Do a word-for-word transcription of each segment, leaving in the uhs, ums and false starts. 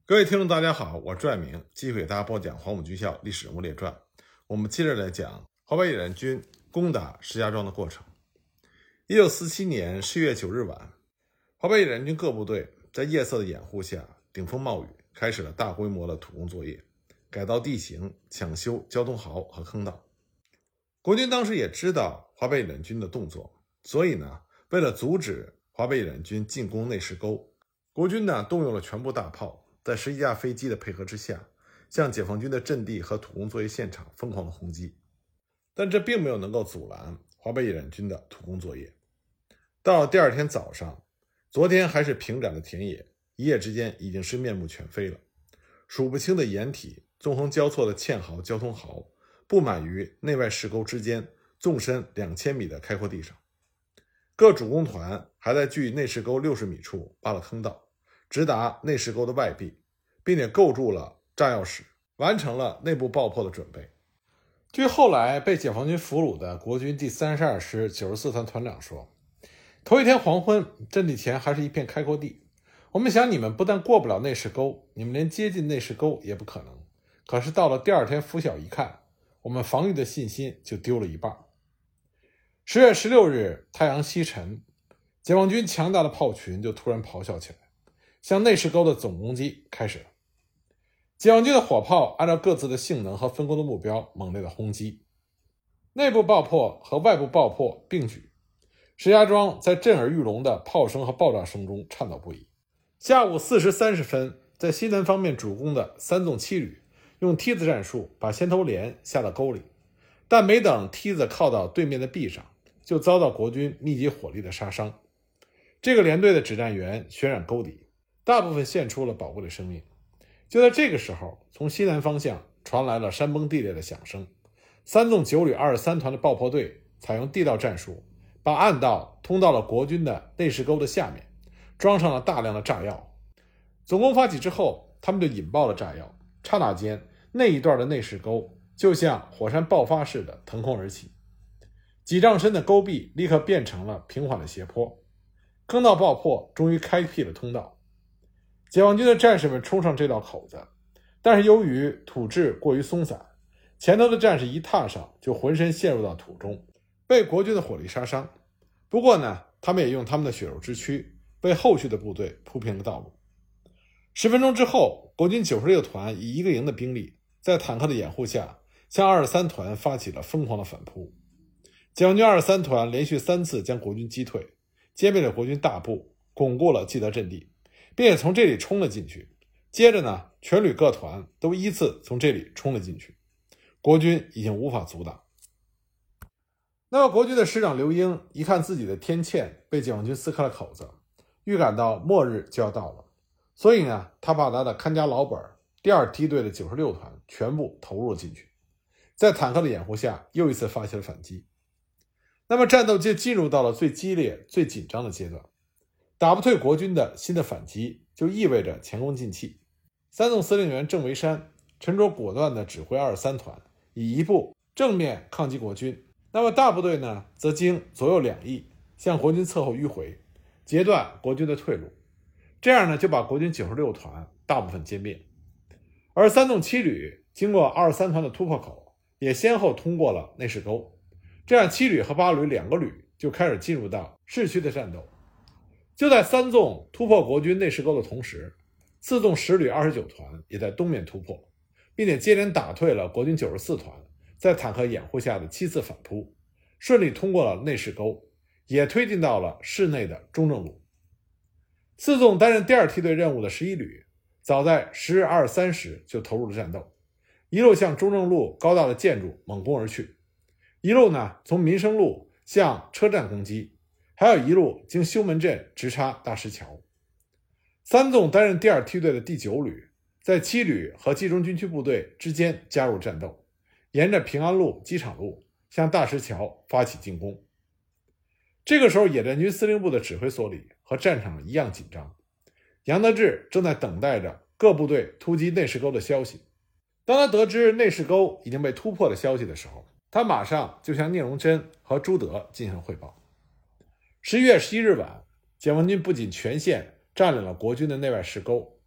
各位听众大家好，我是拽明，继续给大家播讲黄埔军校历史人物列传。我们接着来讲华北野战军攻打石家庄的过程。一九四七年十月九日晚，华北野战军各部队在夜色的掩护下，顶风冒雨，开始了大规模的土工作业，改造地形，抢修交通壕和坑道。国军当时也知道华北野战军的动作，所以呢，为了阻止华北野战军进攻内石沟，国军呢动用了全部大炮，在十一架飞机的配合之下，向解放军的阵地和土工作业现场疯狂的轰击，但这并没有能够阻拦华北野战军的土工作业。到了第二天早上，昨天还是平展的田野，一夜之间已经是面目全非了。数不清的掩体，纵横交错的堑壕、交通壕，布满于内外石沟之间纵深两千米的开阔地上。各主工团还在距内石沟六十米处挖了坑道，直达内石沟的外壁，并且构筑了炸药室，完成了内部爆破的准备。据后来被解放军俘虏的国军第三十二师九十四团团长说，头一天黄昏，阵地前还是一片开阔地，我们想你们不但过不了内石沟，你们连接近内石沟也不可能。可是到了第二天拂晓一看，我们防御的信心就丢了一半。十月十六日太阳西沉，解放军强大的炮群就突然咆哮起来，向内石沟的总攻击开始了。解放军的火炮按照各自的性能和分工的目标猛烈的轰击，内部爆破和外部爆破并举，石家庄在震耳欲聋的炮声和爆炸声中颤抖不已。下午四时三十分，在西南方面主攻的三纵七旅用梯子战术把先头连下到沟里，但没等梯子靠到对面的壁上，就遭到国军密集火力的杀伤。这个连队的指战员血染沟底，大部分献出了宝贵的生命。就在这个时候，从西南方向传来了山崩地裂的响声。三纵九旅二十三团的爆破队采用地道战术，把暗道通到了国军的内石沟的下面，装上了大量的炸药。总攻发起之后，他们就引爆了炸药，刹那间那一段的内石沟就像火山爆发似的腾空而起，几丈深的沟壁立刻变成了平缓的斜坡，坑道爆破终于开辟了通道。解放军的战士们冲上这道口子，但是由于土质过于松散，前头的战士一踏上就浑身陷入到土中，被国军的火力杀伤。不过呢，他们也用他们的血肉之躯为后续的部队铺平了道路。十分钟之后，国军九十六团以一个营的兵力，在坦克的掩护下，向二十三团发起了疯狂的反扑。解放军二十三团连续三次将国军击退，歼灭了国军大部，巩固了既得阵地，并且从这里冲了进去。接着呢，全旅各团都依次从这里冲了进去，国军已经无法阻挡。那么国军的师长刘英一看自己的天堑被解放军撕开了口子，预感到末日就要到了，所以呢，他把他的看家老本第二梯队的九十六团全部投入了进去，在坦克的掩护下又一次发起了反击。那么战斗就进入到了最激烈最紧张的阶段，打不退国军的新的反击就意味着前功尽弃。三纵司令员郑维山沉着果断地指挥二十三团以一部正面抗击国军，那么大部队呢则经左右两翼向国军侧后迂回，截断国军的退路，这样呢就把国军九十六团大部分歼灭。而三纵七旅经过二十三团的突破口，也先后通过了内石沟，这样七旅和八旅两个旅就开始进入到市区的战斗。就在三纵突破国军内石沟的同时，四纵十旅二十九团也在东面突破，并且接连打退了国军九十四团在坦克掩护下的七次反扑，顺利通过了内石沟，也推进到了市内的中正路。四纵担任第二梯队任务的十一旅早在十日二十三时就投入了战斗，一路向中正路高大的建筑猛攻而去，一路呢从民生路向车站攻击，还有一路经修门镇直插大石桥。三纵担任第二梯队的第九旅在七旅和冀中军区部队之间加入战斗，沿着平安路、机场路向大石桥发起进攻。这个时候，野战军司令部的指挥所里和战场一样紧张，杨得志正在等待着各部队突击内石沟的消息。当他得知内石沟已经被突破的消息的时候，他马上就向聂荣臻和朱德进行汇报。十一月十一日晚，解放军不仅全线占领了国军的内外石沟，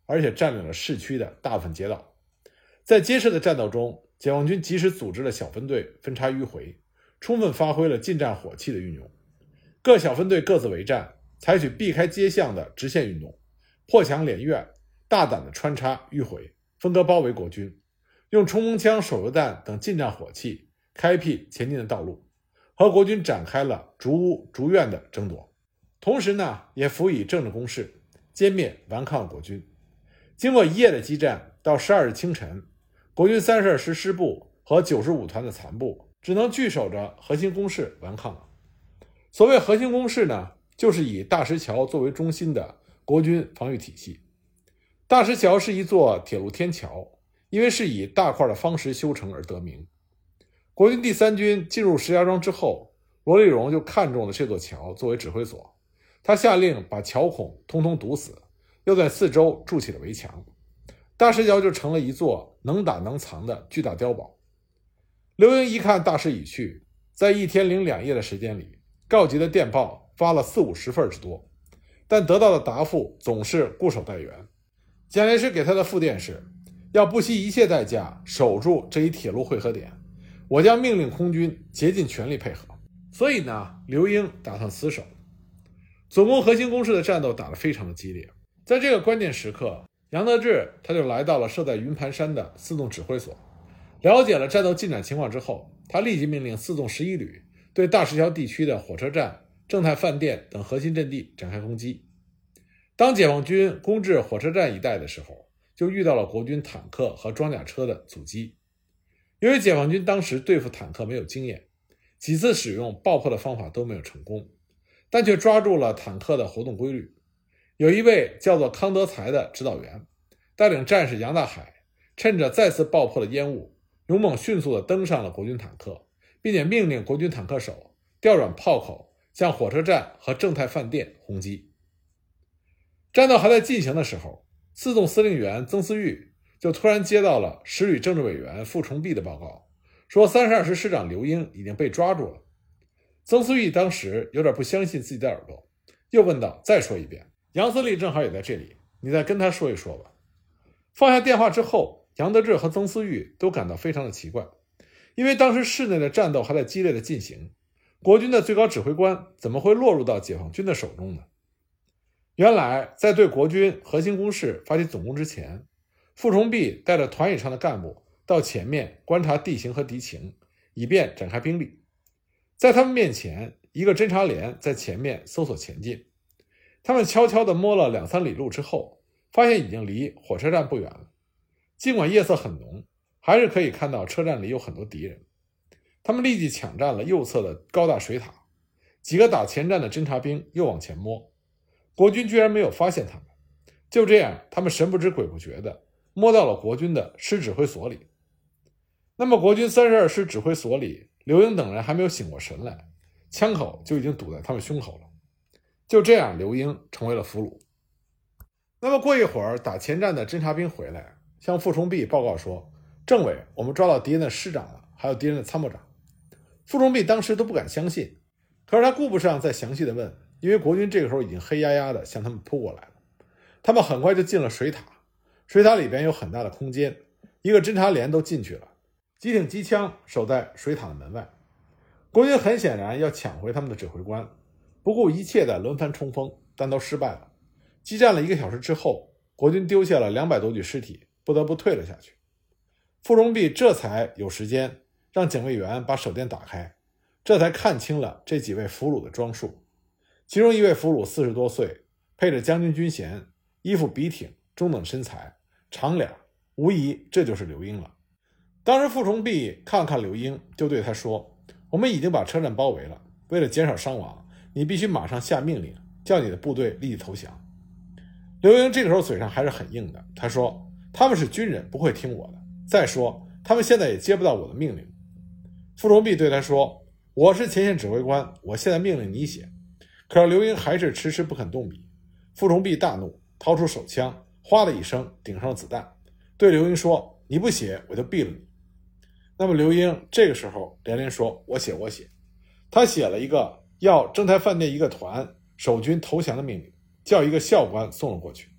而且占领了市区的大部分街道。在接着的战斗中，解放军及时组织了小分队分插迂回，充分发挥了近战火器的运用。各小分队各自为战，采取避开街巷的直线运动，破墙连院，大胆的穿插迂回，分割包围国军，用冲锋枪、手榴弹等近战火器开辟前进的道路，和国军展开了逐屋逐院的争夺。同时呢，也辅以政治攻势，歼灭顽抗国军。经过一夜的激战，到十二日清晨，国军三十二师师部和九十五团的残部只能据守着核心工事顽抗了。所谓核心工事呢，就是以大石桥作为中心的国军防御体系。大石桥是一座铁路天桥，因为是以大块的方石修成而得名。国军第三军进入石家庄之后，罗立荣就看中了这座桥作为指挥所，他下令把桥孔通通堵死，又在四周筑起了围墙，大石桥就成了一座能打能藏的巨大碉堡。刘英一看大势已去，在一天零两夜的时间里，告急的电报发了四五十份之多，但得到的答复总是固守待援。蒋介石给他的复电是，要不惜一切代价守住这一铁路汇合点，我将命令空军竭尽全力配合。所以呢，刘英打算死守。总攻核心工事的战斗打得非常的激烈。在这个关键时刻，杨得志他就来到了设在云盘山的四纵指挥所，了解了战斗进展情况之后，他立即命令四纵十一旅对大石桥地区的火车站、正泰饭店等核心阵地展开攻击。当解放军攻至火车站一带的时候，就遇到了国军坦克和装甲车的阻击。由于解放军当时对付坦克没有经验，几次使用爆破的方法都没有成功，但却抓住了坦克的活动规律。有一位叫做康德才的指导员，带领战士杨大海，趁着再次爆破的烟雾，勇猛迅速地登上了国军坦克，并且命令国军坦克手调转炮口向火车站和正泰饭店轰击。战斗还在进行的时候，四纵司令员曾思玉就突然接到了十旅政治委员傅崇弼的报告，说三十二师师长刘英已经被抓住了。曾思玉当时有点不相信自己的耳朵，又问道，再说一遍。杨司令正好也在这里，你再跟他说一说吧。放下电话之后，杨得志和曾思玉都感到非常的奇怪，因为当时市内的战斗还在激烈的进行，国军的最高指挥官怎么会落入到解放军的手中呢？原来在对国军核心工事发起总攻之前，傅崇弼带着团以上的干部到前面观察地形和敌情，以便展开兵力。在他们面前，一个侦察连在前面搜索前进，他们悄悄地摸了两三里路之后，发现已经离火车站不远了。尽管夜色很浓，还是可以看到车站里有很多敌人。他们立即抢占了右侧的高大水塔，几个打前站的侦察兵又往前摸，国军居然没有发现他们。就这样，他们神不知鬼不觉地摸到了国军的师指挥所里。那么国军三十二师指挥所里，刘英等人还没有醒过神来，枪口就已经堵在他们胸口了。就这样，刘英成为了俘虏。那么过一会儿，打前站的侦察兵回来，向傅崇弼报告说，政委，我们抓到敌人的师长了，还有敌人的参谋长。傅崇弼当时都不敢相信，可是他顾不上再详细的问，因为国军这个时候已经黑压压的向他们扑过来了。他们很快就进了水塔，水塔里边有很大的空间，一个侦察连都进去了，几挺机枪守在水塔的门外。国军很显然要抢回他们的指挥官，不顾一切的轮番冲锋，但都失败了。激战了一个小时之后，国军丢下了两百多具尸体，不得不退了下去。傅崇弼这才有时间让警卫员把手电打开，这才看清了这几位俘虏的装束。其中一位俘虏四十多岁，配着将军军衔，衣服笔挺，中等身材，长脸，无疑这就是刘英了。当时傅崇弼看了看刘英，就对他说，我们已经把车站包围了，为了减少伤亡，你必须马上下命令，叫你的部队立即投降。刘英这个时候嘴上还是很硬的，他说，他们是军人，不会听我的，再说他们现在也接不到我的命令。傅崇弼对他说，我是前线指挥官，我现在命令你写。可是刘英还是迟迟不肯动笔。傅崇弼大怒，掏出手枪，哗的一声顶上了子弹，对刘英说，你不写我就毙了你。那么刘英这个时候连连说，我写我写。他写了一个要正泰饭店一个团守军投降的命令，叫一个校官送了过去，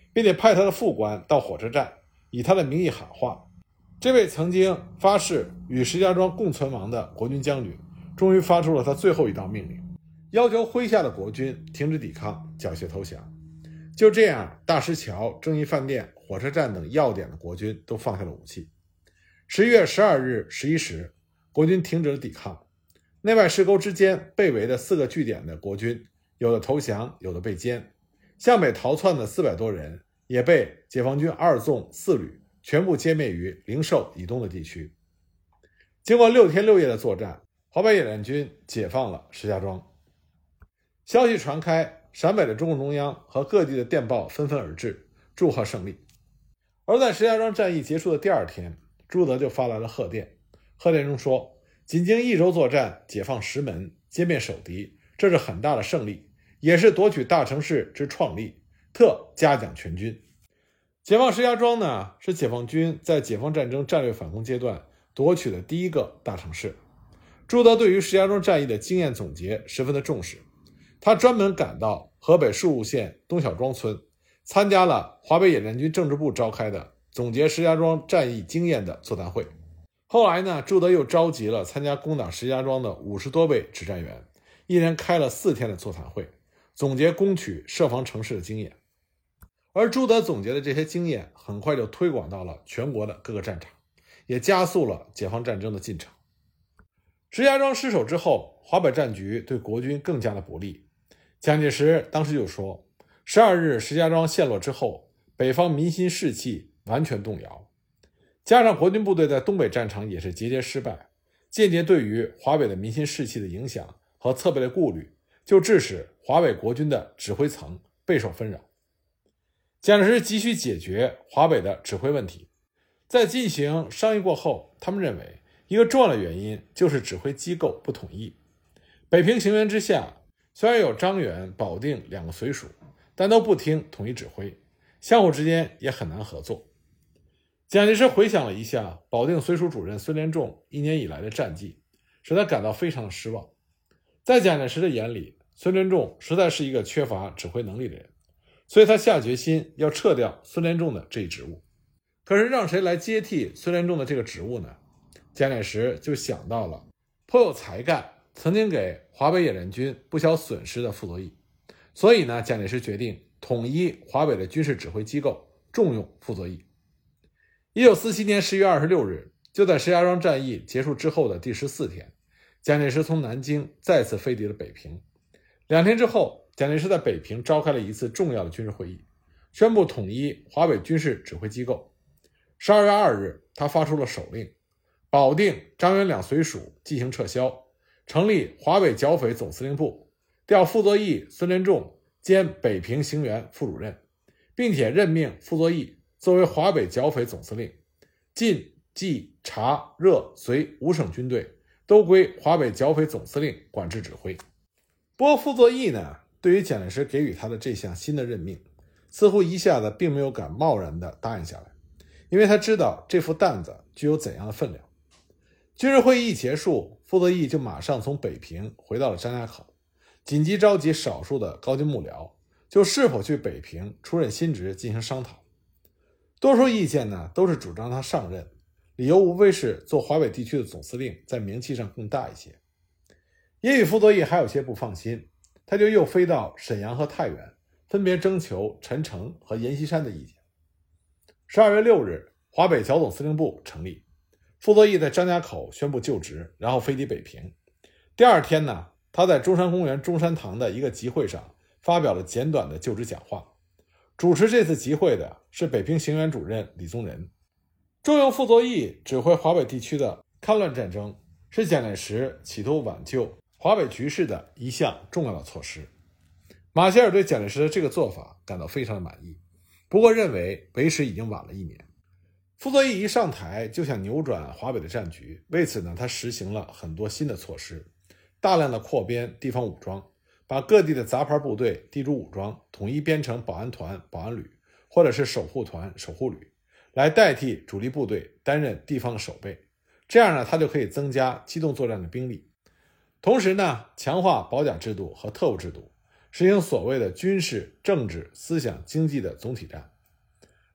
并且派他的副官到火车站，以他的名义喊话。这位曾经发誓与石家庄共存亡的国军将军，终于发出了他最后一道命令，要求麾下的国军停止抵抗，缴械投降。就这样，大石桥、正义饭店、火车站等要点的国军都放下了武器。十一月十二日十一时，国军停止了抵抗。内外石沟之间被围的四个据点的国军，有的投降，有的被歼。向北逃窜的四百多人也被解放军二纵四旅全部歼灭于灵寿以东的地区。经过六天六夜的作战，华北野战军解放了石家庄。消息传开，陕北的中共中央和各地的电报纷纷而至，祝贺胜利。而在石家庄战役结束的第二天，朱德就发来了贺电。贺电中说，仅经一周作战，解放石门，歼灭守敌，这是很大的胜利，也是夺取大城市之创立，特嘉奖全军。解放石家庄呢，是解放军在解放战争战略反攻阶段夺取的第一个大城市。朱德对于石家庄战役的经验总结十分的重视，他专门赶到河北树路县东小庄村，参加了华北野战军政治部召开的总结石家庄战役经验的座谈会。后来呢，朱德又召集了参加攻打石家庄的五十多位指战员，一人开了四天的座谈会，总结攻取设防城市的经验。而朱德总结的这些经验很快就推广到了全国的各个战场，也加速了解放战争的进程。石家庄失守之后，华北战局对国军更加的不利。蒋介石当时就说，十二日石家庄陷落之后，北方民心士气完全动摇，加上国军部队在东北战场也是节节失败，间接对于华北的民心士气的影响和侧背的顾虑，就致使华北国军的指挥层备受纷扰。蒋介石急需解决华北的指挥问题，在进行商议过后，他们认为一个重要的原因就是指挥机构不统一。北平行辕之下，虽然有张远、保定两个随属，但都不听统一指挥，相互之间也很难合作。蒋介石回想了一下保定随属主任孙连仲一年以来的战绩，使他感到非常的失望。在蒋介石的眼里，孙连仲实在是一个缺乏指挥能力的人，所以他下决心要撤掉孙连仲的这一职务。可是让谁来接替孙连仲的这个职务呢？蒋介石就想到了颇有才干，曾经给华北野战军不小损失的傅作义。所以呢，蒋介石决定统一华北的军事指挥机构，重用傅作义。一九四七年十月二十六日，就在石家庄战役结束之后的第十四天，蒋介石从南京再次飞抵了北平。两天之后，蒋介石在北平召开了一次重要的军事会议，宣布统一华北军事指挥机构。十二月二日，他发出了手令，保定、张远两随属进行撤销，成立华北剿匪总司令部，调傅作义、孙连仲兼北平行辕副主任，并且任命傅作义作为华北剿匪总司令，晋、冀、察、热、绥五省军队都归华北剿匪总司令管制指挥。不过傅作义呢，对于蒋介石给予他的这项新的任命，似乎一下子并没有敢贸然的答应下来，因为他知道这副担子具有怎样的分量。军事会议一结束，傅作义就马上从北平回到了张家口，紧急召集少数的高级幕僚，就是否去北平出任新职进行商讨。多数意见呢，都是主张他上任，理由无非是做华北地区的总司令在名气上更大一些。也许傅作义还有些不放心，他就又飞到沈阳和太原，分别征求陈诚和阎锡山的意见。十二月六日，华北剿总司令部成立，傅作义在张家口宣布就职，然后飞抵北平。第二天呢，他在中山公园中山堂的一个集会上发表了简短的就职讲话。主持这次集会的是北平行辕主任李宗仁。重用傅作义指挥华北地区的戡乱战争，是蒋介石企图挽救华北局势的一项重要的措施。马歇尔对蒋介石的这个做法感到非常的满意，不过认为为时已经晚了一年。傅作义一上台就想扭转华北的战局，为此呢，他实行了很多新的措施，大量的扩编地方武装，把各地的杂牌部队、地主武装统一编成保安团、保安旅，或者是守护团、守护旅，来代替主力部队担任地方的守备。这样呢，他就可以增加机动作战的兵力。同时呢，强化保甲制度和特务制度，实行所谓的军事、政治、思想、经济的总体战，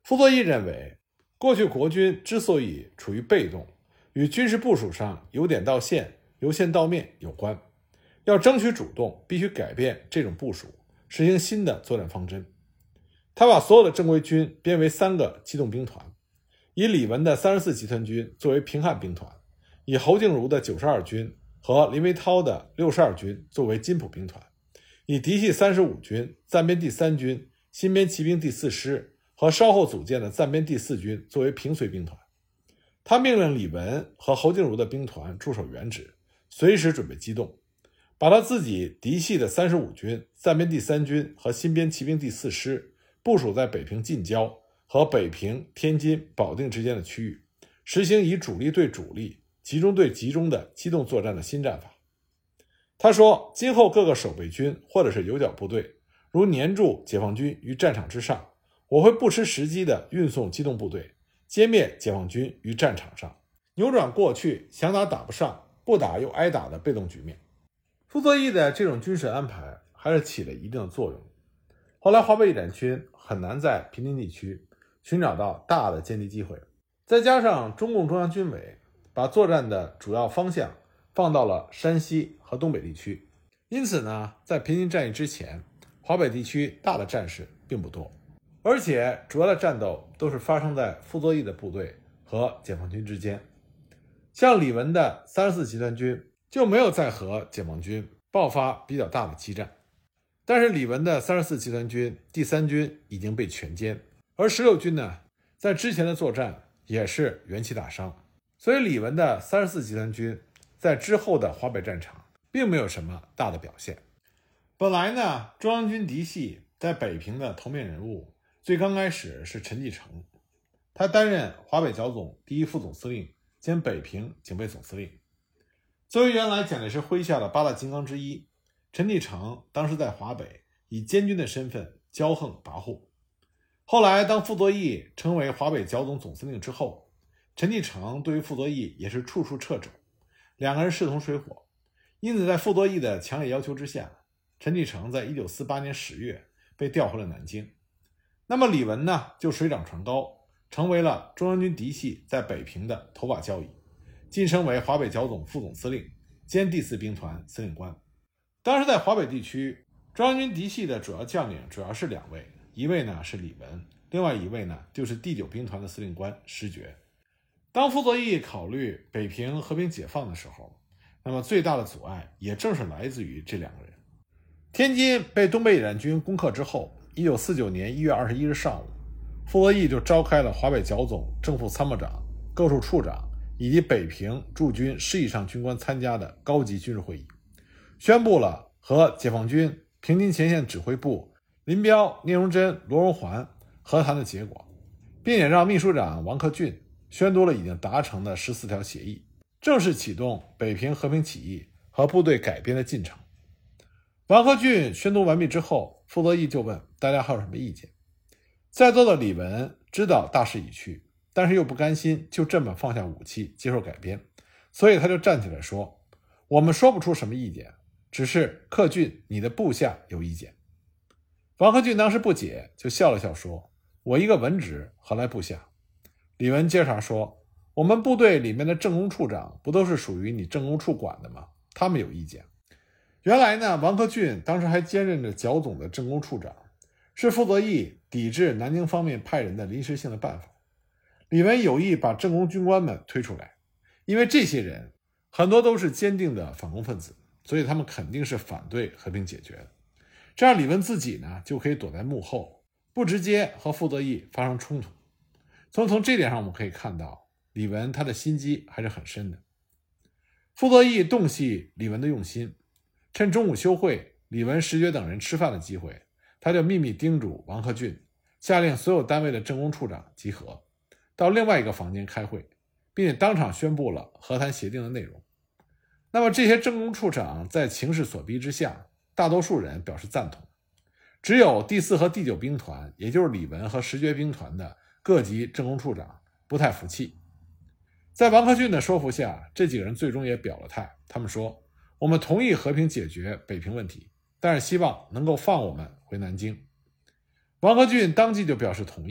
傅作义认为，过去国军之所以处于被动，与军事部署上由点到线、由线到面有关。要争取主动，必须改变这种部署，实行新的作战方针。他把所有的正规军编为三个机动兵团，以李文的三十四集团军作为平汉兵团，以侯静茹的九十二军和林维涛的六十二军作为津浦兵团，以嫡系三十五军、暂编第三军、新编骑兵第四师和稍后组建的暂编第四军作为平绥兵团。他命令李文和侯静茹的兵团驻守原址，随时准备机动，把他自己嫡系的三十五军、暂编第三军和新编骑兵第四师部署在北平近郊和北平、天津、保定之间的区域，实行以主力对主力、集中对集中的机动作战的新战法。他说，今后各个守备军或者是游剿部队，如黏住解放军于战场之上，我会不失时机地运送机动部队，歼灭解放军于战场上，扭转过去想打打不上，不打又挨打的被动局面。傅作义的这种军事安排还是起了一定的作用。后来华北野战军很难在平津地区寻找到大的歼敌机会，再加上中共中央军委把作战的主要方向放到了山西和东北地区，因此呢，在平津战役之前，华北地区大的战事并不多，而且主要的战斗都是发生在傅作义的部队和解放军之间。像李文的三十四集团军就没有再和解放军爆发比较大的激战，但是李文的三十四集团军第三军已经被全歼，而十六军呢，在之前的作战也是元气大伤，所以李文的三十四集团军在之后的华北战场并没有什么大的表现。本来呢，中央军嫡系在北平的头面人物最刚开始是陈继承，他担任华北剿总第一副总司令兼北平警备总司令。作为原来蒋介石麾下的八大金刚之一，陈继承当时在华北以监军的身份骄横跋扈。后来当傅作义成为华北剿总总司令之后，陈继承对于傅作义也是处处掣肘，两个人势同水火。因此在傅作义的强烈要求之下，陈继承在一九四八年十月被调回了南京。那么李文呢，就水涨船高，成为了中央军嫡系在北平的头把交椅，晋升为华北剿总副总司令兼第四兵团司令官。当时在华北地区，中央军嫡系的主要将领主要是两位，一位呢是李文，另外一位呢就是第九兵团的司令官施觉。当傅作义考虑北平和平解放的时候，那么最大的阻碍也正是来自于这两个人。天津被东北野战军攻克之后，一九四九年一月二十一日上午，傅作义就召开了华北剿总正副参谋长、各处处长以及北平驻军师以上军官参加的高级军事会议，宣布了和解放军平津前线指挥部林彪、聂荣臻、罗荣桓和谈的结果，并且让秘书长王克俊宣读了已经达成的十四条协议，正式启动北平和平起义和部队改编的进程。王克俊宣读完毕之后，傅作义就问大家还有什么意见。在座的李文知道大势已去，但是又不甘心就这么放下武器接受改编，所以他就站起来说，我们说不出什么意见，只是克俊你的部下有意见。王克俊当时不解，就笑了笑说，我一个文职何来部下。李文接茬说，我们部队里面的政工处长不都是属于你政工处管的吗？他们有意见。原来呢，王克俊当时还兼任着剿总的政工处长，是傅作义抵制南京方面派人的临时性的办法。李文有意把政工军官们推出来，因为这些人很多都是坚定的反共分子，所以他们肯定是反对和平解决的。这样李文自己呢就可以躲在幕后，不直接和傅作义发生冲突。从从这点上我们可以看到，李文他的心机还是很深的。傅作义洞悉李文的用心，趁中午休会，李文、石觉等人吃饭的机会，他就秘密叮嘱王克俊，下令所有单位的政工处长集合，到另外一个房间开会，并且当场宣布了和谈协定的内容。那么这些政工处长在情势所逼之下，大多数人表示赞同，只有第四和第九兵团，也就是李文和石觉兵团的各级政工处长不太服气。在王克俊的说服下，这几个人最终也表了态，他们说，我们同意和平解决北平问题，但是希望能够放我们回南京。王克俊当即就表示同意，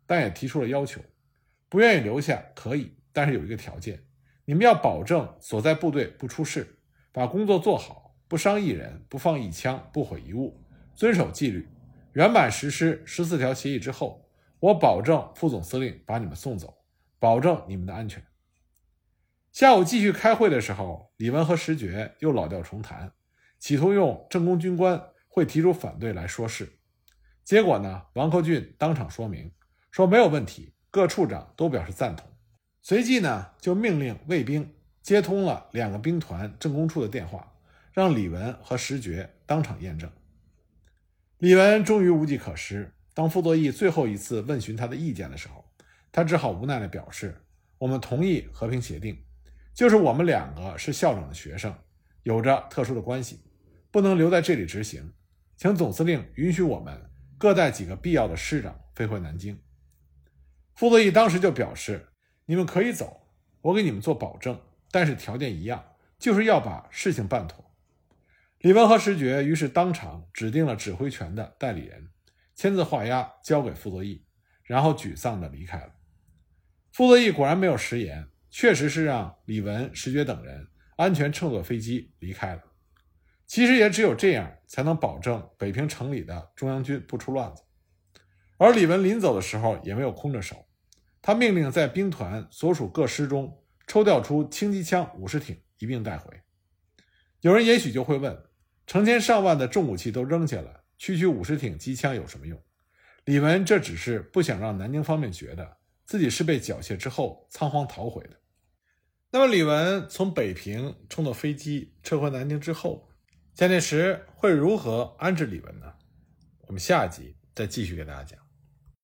但也提出了要求，不愿意留下可以，但是有一个条件，你们要保证所在部队不出事，把工作做好，不伤一人，不放一枪，不毁一物，遵守纪律。圆满实施十四条协议之后，我保证副总司令把你们送走，保证你们的安全。下午继续开会的时候，李文和石觉又老调重弹，企图用政工军官会提出反对来说事。结果呢，王克俊当场说明，说没有问题，各处长都表示赞同。随即呢，就命令卫兵接通了两个兵团政工处的电话，让李文和石觉当场验证。李文终于无计可施，当傅作义最后一次问询他的意见的时候，他只好无奈地表示，我们同意和平协定，就是我们两个是校长的学生，有着特殊的关系，不能留在这里执行，请总司令允许我们各带几个必要的师长飞回南京。傅作义当时就表示，你们可以走，我给你们做保证，但是条件一样，就是要把事情办妥。李文和石觉于是当场指定了指挥权的代理人，签字画押交给傅作义，然后沮丧地离开了。傅作义果然没有食言，确实是让李文、石觉等人安全乘坐飞机离开了。其实也只有这样才能保证北平城里的中央军不出乱子。而李文临走的时候也没有空着手，他命令在兵团所属各师中抽调出轻机枪五十挺一并带回。有人也许就会问，成千上万的重武器都扔下了，区区五十挺机枪有什么用？李文这只是不想让南京方面觉得自己是被缴械之后仓皇逃回的。那么李文从北平乘坐飞机撤回南京之后，蒋介石会如何安置李文呢？我们下一集再继续给大家讲。